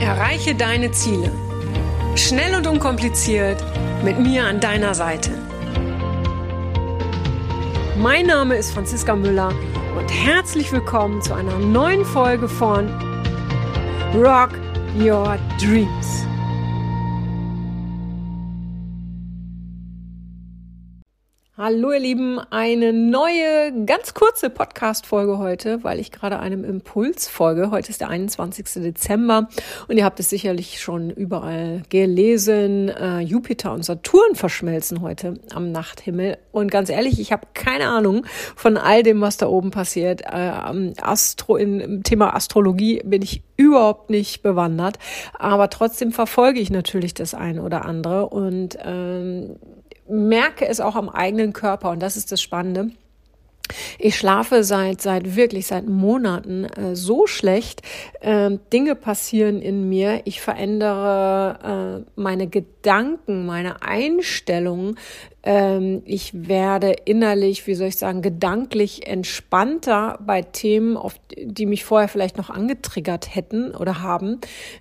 Erreiche deine Ziele. Schnell und unkompliziert mit mir an deiner Seite. Mein Name ist Franziska Müller und herzlich willkommen zu einer neuen Folge von Rock Your Dreams. Hallo ihr Lieben, eine neue, ganz kurze Podcast-Folge heute, weil ich gerade einem Impuls folge. Heute ist der 21. Dezember und ihr habt es sicherlich schon überall gelesen. Jupiter und Saturn verschmelzen heute am Nachthimmel. Und ganz ehrlich, ich habe keine Ahnung von all dem, was da oben passiert. Im Thema Astrologie bin ich überhaupt nicht bewandert, aber trotzdem verfolge ich natürlich das eine oder andere und merke es auch am eigenen Körper und das ist das Spannende. Ich schlafe seit Monaten so schlecht. Dinge passieren in mir. Ich verändere meine Gedanken, meine Einstellungen. Ich werde innerlich, gedanklich entspannter bei Themen, die mich vorher vielleicht noch angetriggert hätten oder haben.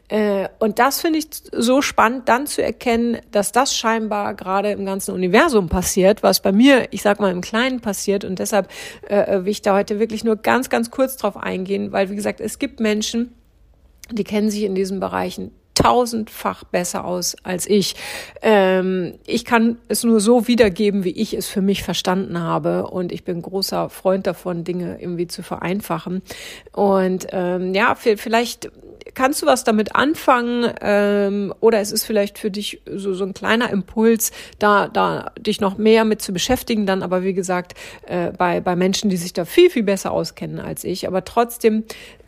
Und das finde ich so spannend, dann zu erkennen, dass das scheinbar gerade im ganzen Universum passiert, was bei mir, im Kleinen passiert. Und deshalb will ich da heute wirklich nur ganz, ganz kurz drauf eingehen, weil, wie gesagt, es gibt Menschen, die kennen sich in diesen Bereichen tausendfach besser aus als ich. Ich kann es nur so wiedergeben, wie ich es für mich verstanden habe. Und ich bin großer Freund davon, Dinge irgendwie zu vereinfachen. Und vielleicht kannst du was damit anfangen oder es ist vielleicht für dich so ein kleiner Impuls, da dich noch mehr mit zu beschäftigen. Dann aber, wie gesagt, bei Menschen, die sich da viel, viel besser auskennen als ich. Aber trotzdem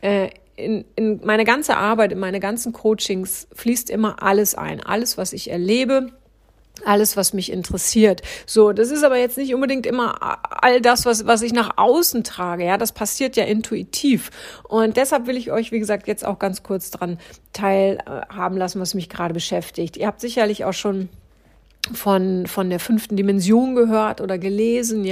in meine ganze Arbeit, in meine ganzen Coachings fließt immer alles ein. Alles, was ich erlebe, alles, was mich interessiert. So, das ist aber jetzt nicht unbedingt immer all das, was ich nach außen trage. Ja, das passiert ja intuitiv. Und deshalb will ich euch, wie gesagt, jetzt auch ganz kurz dran teilhaben lassen, was mich gerade beschäftigt. Ihr habt sicherlich auch schon von der 5. Dimension gehört oder gelesen,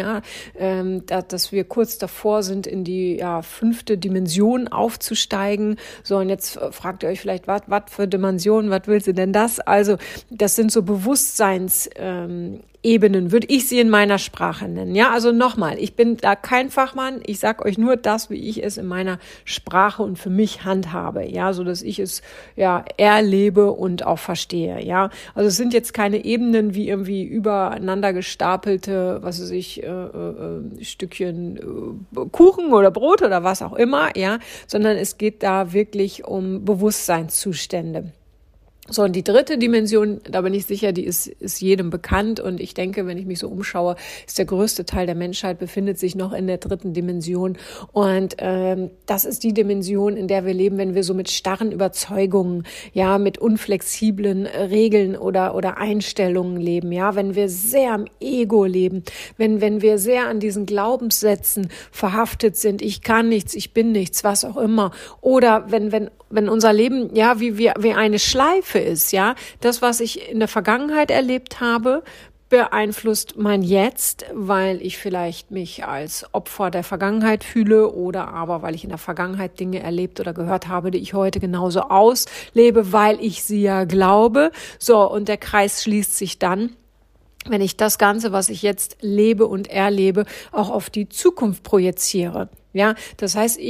dass wir kurz davor sind, in die 5. Dimension aufzusteigen. So, und jetzt fragt ihr euch vielleicht, was für Dimensionen, was will sie denn das? Also, das sind so Bewusstseinsebenen, würde ich sie in meiner Sprache nennen. Ja, also nochmal, ich bin da kein Fachmann, ich sage euch nur das, wie ich es in meiner Sprache und für mich handhabe, ja, so dass ich es erlebe und auch verstehe, ja. Also es sind jetzt keine Ebenen wie irgendwie übereinander gestapelte, Stückchen Kuchen oder Brot oder was auch immer, ja, sondern es geht da wirklich um Bewusstseinszustände. So, und die 3. Dimension, da bin ich sicher, die ist jedem bekannt und ich denke, wenn ich mich so umschaue, ist der größte Teil der Menschheit befindet sich noch in der 3. Dimension und das ist die Dimension, in der wir leben, wenn wir so mit starren Überzeugungen, mit unflexiblen Regeln oder Einstellungen leben, wenn wir sehr am Ego leben, wenn wir sehr an diesen Glaubenssätzen verhaftet sind, ich kann nichts, ich bin nichts, was auch immer, oder wenn unser Leben wie eine Schleife ist, das, was ich in der Vergangenheit erlebt habe, beeinflusst mein Jetzt, weil ich vielleicht mich als Opfer der Vergangenheit fühle oder aber weil ich in der Vergangenheit Dinge erlebt oder gehört habe, die ich heute genauso auslebe, weil ich sie ja glaube. So, und der Kreis schließt sich dann, wenn ich das Ganze, was ich jetzt lebe und erlebe, auch auf die Zukunft projiziere. Ja, das heißt,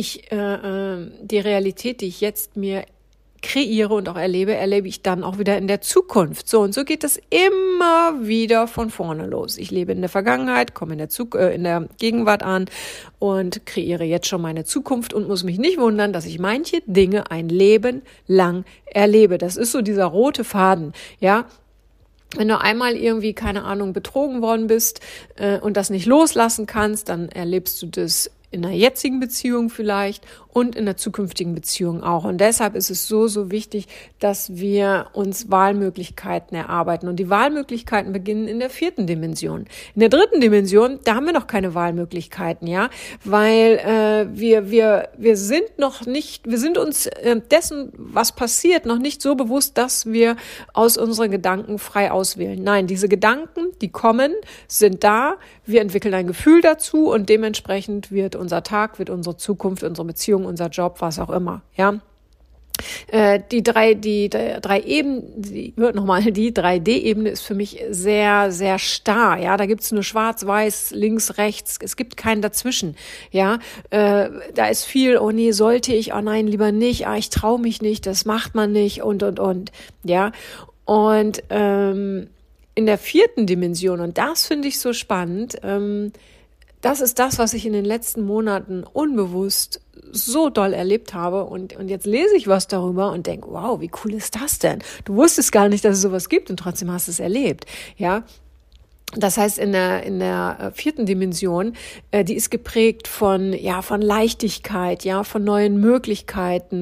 die Realität, die ich jetzt mir kreiere und auch erlebe ich dann auch wieder in der Zukunft. So, und so geht es immer wieder von vorne los. Ich lebe in der Vergangenheit, komme in der Gegenwart an und kreiere jetzt schon meine Zukunft und muss mich nicht wundern, dass ich manche Dinge ein Leben lang erlebe. Das ist so dieser rote Faden, ja. Wenn du einmal irgendwie, betrogen worden bist und das nicht loslassen kannst, dann erlebst du das in der jetzigen Beziehung vielleicht und in der zukünftigen Beziehung auch. Und deshalb ist es so, so wichtig, dass wir uns Wahlmöglichkeiten erarbeiten. Und die Wahlmöglichkeiten beginnen in der 4. Dimension. In der 3. Dimension, da haben wir noch keine Wahlmöglichkeiten, ja, weil wir sind uns dessen, was passiert, noch nicht so bewusst, dass wir aus unseren Gedanken frei auswählen. Nein, diese Gedanken, die kommen, sind da. Wir entwickeln ein Gefühl dazu und dementsprechend wird unser Tag, wird unsere Zukunft, unsere Beziehung, unser Job, was auch immer, ja. Die 3D-Ebene ist für mich sehr, sehr starr. Ja, da gibt's nur schwarz, weiß, links, rechts. Es gibt keinen dazwischen. Ja, da ist viel, oh nee, sollte ich, oh nein, lieber nicht, ich traue mich nicht, das macht man nicht und. Ja, und in der 4. Dimension, und das finde ich so spannend, das ist das, was ich in den letzten Monaten unbewusst so doll erlebt habe. Und jetzt lese ich was darüber und denke, wow, wie cool ist das denn? Du wusstest gar nicht, dass es sowas gibt und trotzdem hast du es erlebt. Ja. Das heißt, in der 4. Dimension, die ist geprägt von Leichtigkeit, ja, von neuen Möglichkeiten,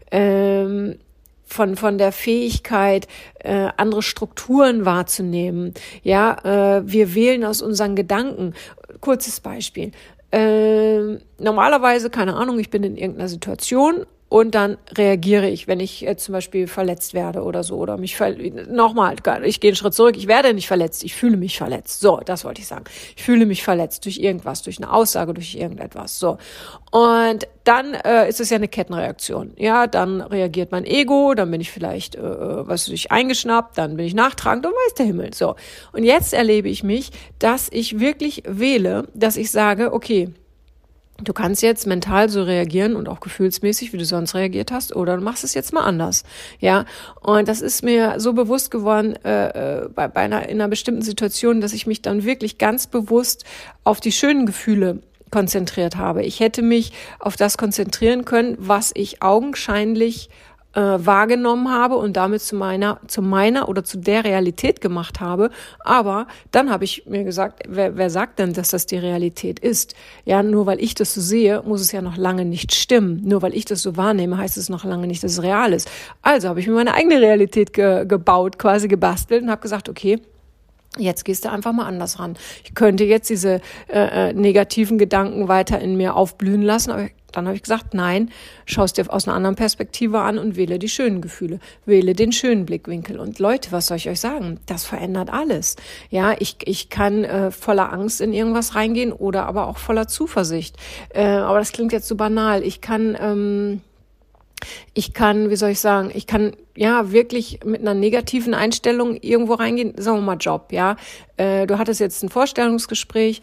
von der Fähigkeit, andere Strukturen wahrzunehmen. Ja, wir wählen aus unseren Gedanken. Kurzes Beispiel. Normalerweise, keine Ahnung, ich bin in irgendeiner Situation und dann reagiere ich, wenn ich zum Beispiel verletzt werde oder so, oder ich gehe einen Schritt zurück, ich werde nicht verletzt, ich fühle mich verletzt. So, das wollte ich sagen. Ich fühle mich verletzt durch irgendwas, durch eine Aussage, durch irgendetwas. So. Und dann ist es ja eine Kettenreaktion. Ja, dann reagiert mein Ego, dann bin ich vielleicht, eingeschnappt, dann bin ich nachtragend und weiß der Himmel. So. Und jetzt erlebe ich mich, dass ich wirklich wähle, dass ich sage, okay, du kannst jetzt mental so reagieren und auch gefühlsmäßig, wie du sonst reagiert hast, oder du machst es jetzt mal anders. Ja, und das ist mir so bewusst geworden in einer bestimmten Situation, dass ich mich dann wirklich ganz bewusst auf die schönen Gefühle konzentriert habe. Ich hätte mich auf das konzentrieren können, was ich augenscheinlich wahrgenommen habe und damit zu meiner oder zu der Realität gemacht habe. Aber dann habe ich mir gesagt, wer sagt denn, dass das die Realität ist? Ja, nur weil ich das so sehe, muss es ja noch lange nicht stimmen. Nur weil ich das so wahrnehme, heißt es noch lange nicht, dass es real ist. Also habe ich mir meine eigene Realität gebaut, quasi gebastelt und habe gesagt, okay, jetzt gehst du einfach mal anders ran. Ich könnte jetzt diese negativen Gedanken weiter in mir aufblühen lassen, aber dann habe ich gesagt, nein, schau es dir aus einer anderen Perspektive an und wähle die schönen Gefühle, wähle den schönen Blickwinkel. Und Leute, was soll ich euch sagen? Das verändert alles. Ja, ich kann voller Angst in irgendwas reingehen oder aber auch voller Zuversicht. Aber das klingt jetzt so banal. Ich kann, wirklich mit einer negativen Einstellung irgendwo reingehen, sagen wir mal Job, ja. Du hattest jetzt ein Vorstellungsgespräch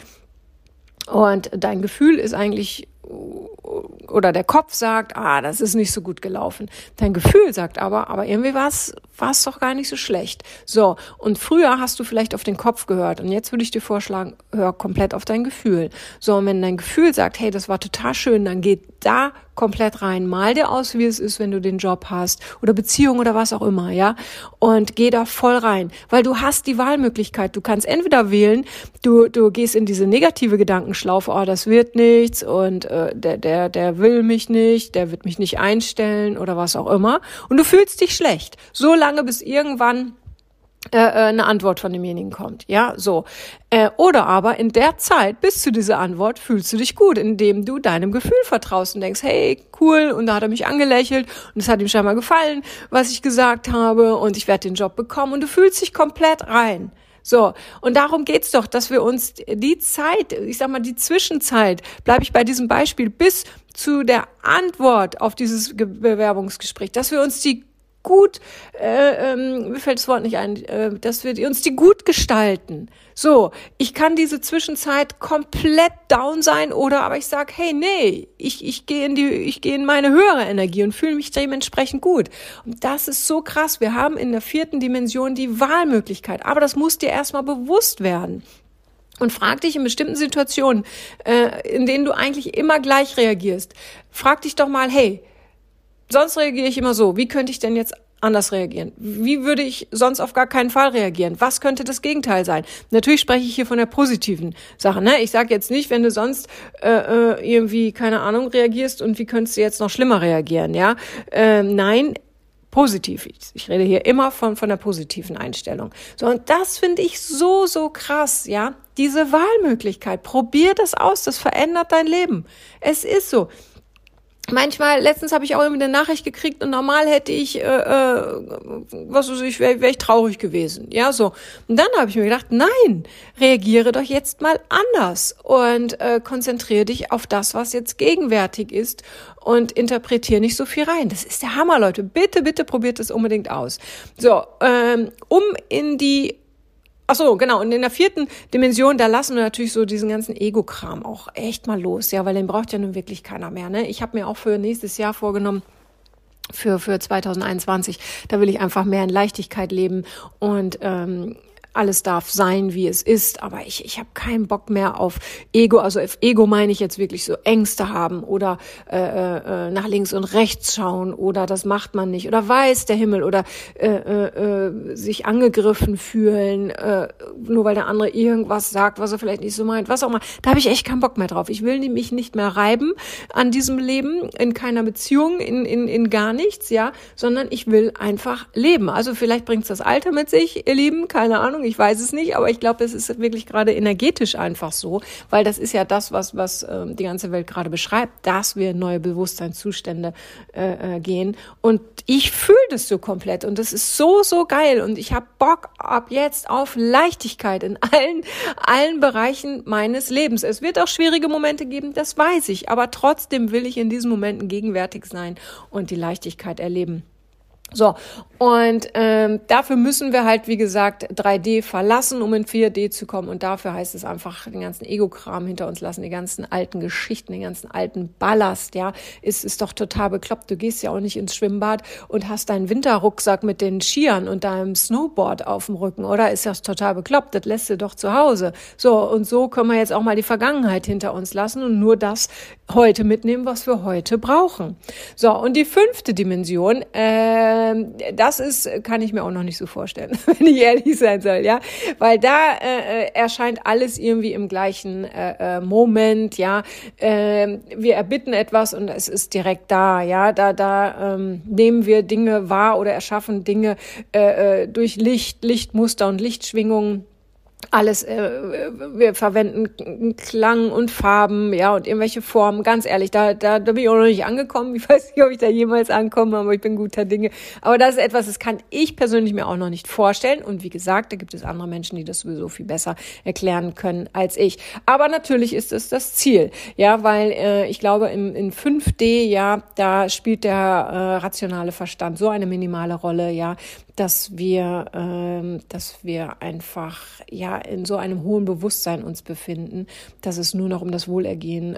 und dein Gefühl ist eigentlich, oder der Kopf sagt, das ist nicht so gut gelaufen. Dein Gefühl sagt aber irgendwie war es doch gar nicht so schlecht. So, und früher hast du vielleicht auf den Kopf gehört und jetzt würde ich dir vorschlagen, hör komplett auf dein Gefühl. So, und wenn dein Gefühl sagt, hey, das war total schön, dann geht da komplett rein. Mal dir aus, wie es ist, wenn du den Job hast oder Beziehung oder was auch immer, ja, und geh da voll rein, weil du hast die Wahlmöglichkeit. Du kannst entweder wählen, du gehst in diese negative Gedankenschlaufe, das wird nichts und der will mich nicht, der wird mich nicht einstellen oder was auch immer und du fühlst dich schlecht, so lange bis irgendwann eine Antwort von demjenigen kommt, ja, so. Oder aber in der Zeit bis zu dieser Antwort fühlst du dich gut, indem du deinem Gefühl vertraust und denkst, hey, cool, und da hat er mich angelächelt und es hat ihm scheinbar gefallen, was ich gesagt habe und ich werde den Job bekommen und du fühlst dich komplett rein. So, und darum geht's doch, dass wir uns die Zeit, ich sag mal die Zwischenzeit, bleibe ich bei diesem Beispiel, bis zu der Antwort auf dieses Bewerbungsgespräch, dass wir uns die gut, mir fällt das Wort nicht ein, dass wir uns die gut gestalten. So, ich kann diese Zwischenzeit komplett down sein aber ich sag, hey, nee, ich gehe in meine höhere Energie und fühle mich dementsprechend gut. Und das ist so krass. Wir haben in der 4. Dimension die Wahlmöglichkeit, aber das muss dir erstmal bewusst werden. Und frag dich in bestimmten Situationen, in denen du eigentlich immer gleich reagierst, frag dich doch mal, hey, sonst reagiere ich immer so. Wie könnte ich denn jetzt anders reagieren? Wie würde ich sonst auf gar keinen Fall reagieren? Was könnte das Gegenteil sein? Natürlich spreche ich hier von der positiven Sache. Ne? Ich sage jetzt nicht, wenn du sonst irgendwie, keine Ahnung, reagierst und wie könntest du jetzt noch schlimmer reagieren? Ja, nein, positiv. Ich rede hier immer von der positiven Einstellung. So, und das finde ich so, so krass, ja. Diese Wahlmöglichkeit. Probier das aus. Das verändert dein Leben. Es ist so. Manchmal, letztens habe ich auch irgendwie eine Nachricht gekriegt und normal hätte ich, wäre ich traurig gewesen, ja, so. Und dann habe ich mir gedacht, nein, reagiere doch jetzt mal anders und konzentriere dich auf das, was jetzt gegenwärtig ist und interpretiere nicht so viel rein. Das ist der Hammer, Leute. Bitte, bitte probiert das unbedingt aus. So, genau. Und in der 4. Dimension, da lassen wir natürlich so diesen ganzen Ego-Kram auch echt mal los, ja, weil den braucht ja nun wirklich keiner mehr, ne? Ich habe mir auch für nächstes Jahr vorgenommen, für 2021, da will ich einfach mehr in Leichtigkeit leben und alles darf sein, wie es ist, aber ich habe keinen Bock mehr auf Ego. Also auf Ego meine ich jetzt wirklich so Ängste haben oder nach links und rechts schauen oder das macht man nicht oder weiß der Himmel oder sich angegriffen fühlen, nur weil der andere irgendwas sagt, was er vielleicht nicht so meint, was auch immer. Da habe ich echt keinen Bock mehr drauf. Ich will mich nicht mehr reiben an diesem Leben, in keiner Beziehung, in gar nichts, ja, sondern ich will einfach leben. Also vielleicht bringt's das Alter mit sich, ihr Lieben, keine Ahnung. Ich weiß es nicht, aber ich glaube, es ist wirklich gerade energetisch einfach so, weil das ist ja das, was die ganze Welt gerade beschreibt, dass wir in neue Bewusstseinszustände gehen. Und ich fühle das so komplett und das ist so, so geil. Und ich habe Bock ab jetzt auf Leichtigkeit in allen Bereichen meines Lebens. Es wird auch schwierige Momente geben, das weiß ich, aber trotzdem will ich in diesen Momenten gegenwärtig sein und die Leichtigkeit erleben. So, und dafür müssen wir halt, wie gesagt, 3D verlassen, um in 4D zu kommen. Und dafür heißt es einfach, den ganzen Ego-Kram hinter uns lassen, die ganzen alten Geschichten, den ganzen alten Ballast, ja. Ist doch total bekloppt. Du gehst ja auch nicht ins Schwimmbad und hast deinen Winterrucksack mit den Skiern und deinem Snowboard auf dem Rücken, oder? Ist das total bekloppt? Das lässt du doch zu Hause. So, und so können wir jetzt auch mal die Vergangenheit hinter uns lassen und nur das heute mitnehmen, was wir heute brauchen. So, und die 5. Dimension, das kann ich mir auch noch nicht so vorstellen, wenn ich ehrlich sein soll, ja, weil da erscheint alles irgendwie im gleichen Moment, ja, wir erbitten etwas und es ist direkt da, ja, da nehmen wir Dinge wahr oder erschaffen Dinge durch Lichtmuster und Lichtschwingungen. Alles, wir verwenden Klang und Farben, ja, und irgendwelche Formen. Ganz ehrlich, da bin ich auch noch nicht angekommen. Ich weiß nicht, ob ich da jemals ankomme, aber ich bin guter Dinge. Aber das ist etwas, das kann ich persönlich mir auch noch nicht vorstellen. Und wie gesagt, da gibt es andere Menschen, die das sowieso viel besser erklären können als ich. Aber natürlich ist es das Ziel, ja, weil ich glaube, in 5D, ja, da spielt der rationale Verstand so eine minimale Rolle, ja, dass wir einfach ja in so einem hohen Bewusstsein uns befinden, dass es nur noch um das Wohlergehen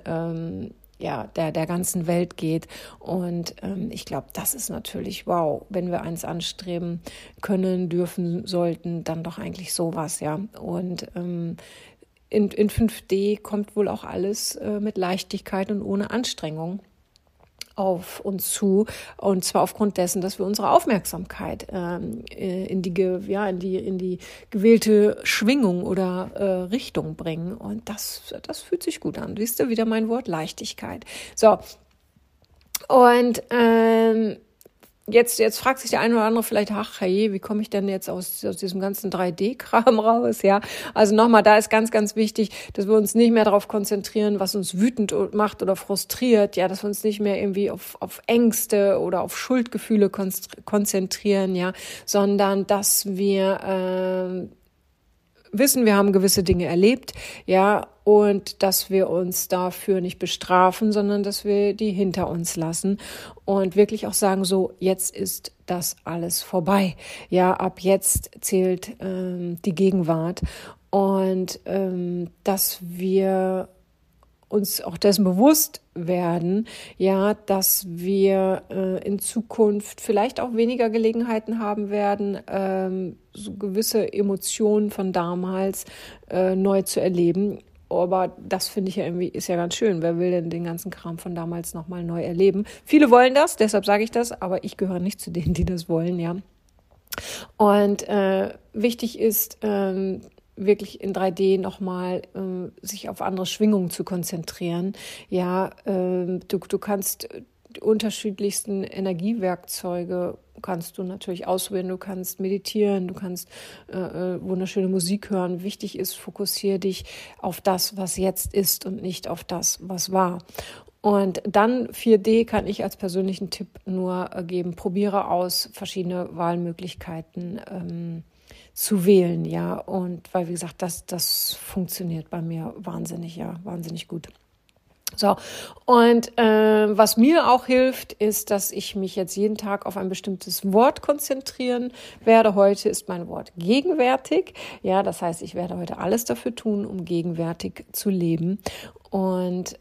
der ganzen Welt geht. Und ich glaube, das ist natürlich wow, wenn wir eins anstreben können, dürfen, sollten, dann doch eigentlich sowas, ja. Und in 5D kommt wohl auch alles mit Leichtigkeit und ohne Anstrengung auf uns zu, und zwar aufgrund dessen, dass wir unsere Aufmerksamkeit in die gewählte Schwingung oder Richtung bringen, und das fühlt sich gut an. Siehst du, wieder mein Wort Leichtigkeit. So, und Jetzt fragt sich der eine oder andere vielleicht, ach hey, wie komme ich denn jetzt aus diesem ganzen 3D-Kram raus? Ja, also nochmal, da ist ganz, ganz wichtig, dass wir uns nicht mehr darauf konzentrieren, was uns wütend macht oder frustriert, ja, dass wir uns nicht mehr irgendwie auf Ängste oder auf Schuldgefühle konzentrieren, ja, sondern dass wir wissen, wir haben gewisse Dinge erlebt, ja, und dass wir uns dafür nicht bestrafen, sondern dass wir die hinter uns lassen und wirklich auch sagen, so, jetzt ist das alles vorbei. Ja, ab jetzt zählt die Gegenwart, und dass wir uns auch dessen bewusst werden, ja, dass wir in Zukunft vielleicht auch weniger Gelegenheiten haben werden, so gewisse Emotionen von damals neu zu erleben. Aber das finde ich ja irgendwie, ist ja ganz schön. Wer will denn den ganzen Kram von damals nochmal neu erleben? Viele wollen das, deshalb sage ich das, aber ich gehöre nicht zu denen, die das wollen, ja. Und wichtig ist, wirklich in 3D nochmal sich auf andere Schwingungen zu konzentrieren. Ja, du kannst die unterschiedlichsten Energiewerkzeuge kannst du natürlich auswählen. Du kannst meditieren, du kannst wunderschöne Musik hören. Wichtig ist, fokussiere dich auf das, was jetzt ist und nicht auf das, was war. Und dann 4D kann ich als persönlichen Tipp nur geben, probiere aus, verschiedene Wahlmöglichkeiten zu wählen, ja, und weil, wie gesagt, das funktioniert bei mir wahnsinnig gut. So, und was mir auch hilft, ist, dass ich mich jetzt jeden Tag auf ein bestimmtes Wort konzentrieren werde. Heute ist mein Wort gegenwärtig. Ja, das heißt, ich werde heute alles dafür tun, um gegenwärtig zu leben. Und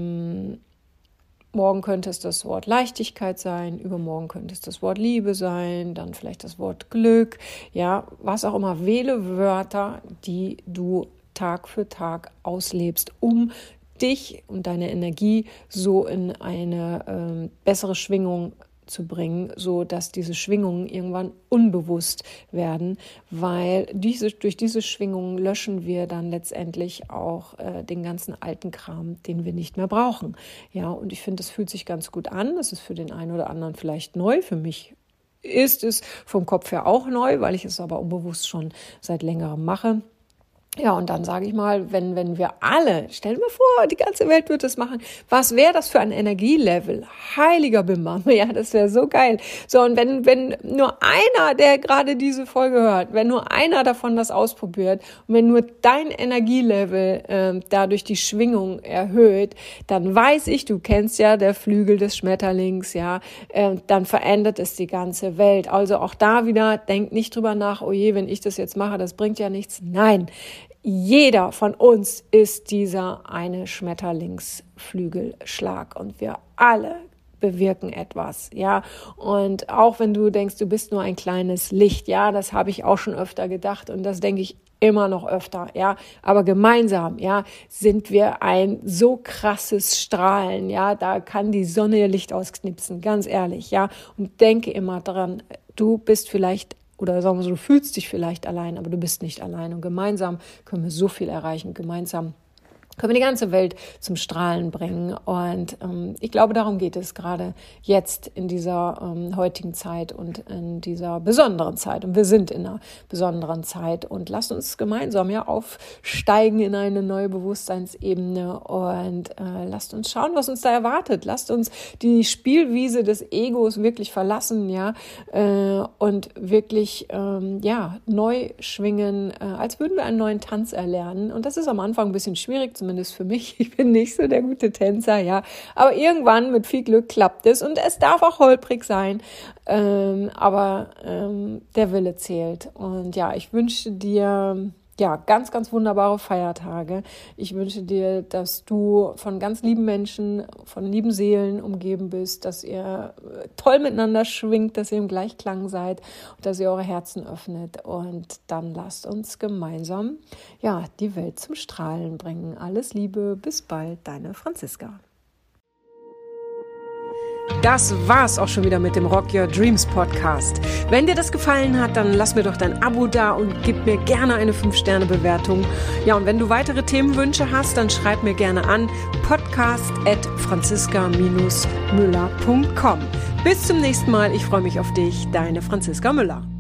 morgen könnte es das Wort Leichtigkeit sein, übermorgen könnte es das Wort Liebe sein, dann vielleicht das Wort Glück. Ja, was auch immer. Wähle Wörter, die du Tag für Tag auslebst, um dich und deine Energie so in eine bessere Schwingung zu bringen, so dass diese Schwingungen irgendwann unbewusst werden, weil durch diese Schwingungen löschen wir dann letztendlich auch den ganzen alten Kram, den wir nicht mehr brauchen. Ja, und ich finde, das fühlt sich ganz gut an. Das ist für den einen oder anderen vielleicht neu. Für mich ist es vom Kopf her auch neu, weil ich es aber unbewusst schon seit längerem mache. Ja, und dann sage ich mal, wenn wir alle, stell dir mal vor, die ganze Welt würde das machen, was wäre das für ein Energielevel? Heiliger Bimmer, ja, das wäre so geil. So, und wenn nur einer, der gerade diese Folge hört, wenn nur einer davon das ausprobiert und wenn nur dein Energielevel dadurch die Schwingung erhöht, dann weiß ich, du kennst ja der Flügel des Schmetterlings, ja, dann verändert es die ganze Welt. Also auch da wieder, denk nicht drüber nach, oh je, wenn ich das jetzt mache, das bringt ja nichts. Nein. Jeder von uns ist dieser eine Schmetterlingsflügelschlag und wir alle bewirken etwas, ja. Und auch wenn du denkst, du bist nur ein kleines Licht, ja, das habe ich auch schon öfter gedacht und das denke ich immer noch öfter, ja. Aber gemeinsam, ja, sind wir ein so krasses Strahlen, ja. Da kann die Sonne ihr Licht ausknipsen, ganz ehrlich, ja. Und denke immer dran, du bist vielleicht oder sagen wir so, du fühlst dich vielleicht allein, aber du bist nicht allein. Und gemeinsam können wir so viel erreichen. Gemeinsam können wir die ganze Welt zum Strahlen bringen. Und ich glaube, darum geht es gerade jetzt in dieser heutigen Zeit und in dieser besonderen Zeit. Und wir sind in einer besonderen Zeit. Und lasst uns gemeinsam ja aufsteigen in eine neue Bewusstseinsebene und lasst uns schauen, was uns da erwartet. Lasst uns die Spielwiese des Egos wirklich verlassen, ja, und wirklich neu schwingen, als würden wir einen neuen Tanz erlernen. Und das ist am Anfang ein bisschen schwierig, zumindest für mich. Ich bin nicht so der gute Tänzer, ja. Aber irgendwann mit viel Glück klappt es und es darf auch holprig sein. Aber der Wille zählt. Und ja, ich wünsche dir ganz, ganz wunderbare Feiertage. Ich wünsche dir, dass du von ganz lieben Menschen, von lieben Seelen umgeben bist, dass ihr toll miteinander schwingt, dass ihr im Gleichklang seid und dass ihr eure Herzen öffnet. Und dann lasst uns gemeinsam die Welt zum Strahlen bringen. Alles Liebe, bis bald, deine Franziska. Das war's auch schon wieder mit dem Rock Your Dreams Podcast. Wenn dir das gefallen hat, dann lass mir doch dein Abo da und gib mir gerne eine 5-Sterne-Bewertung. Ja, und wenn du weitere Themenwünsche hast, dann schreib mir gerne an podcast@franziska-müller.com. Bis zum nächsten Mal. Ich freue mich auf dich, deine Franziska Müller.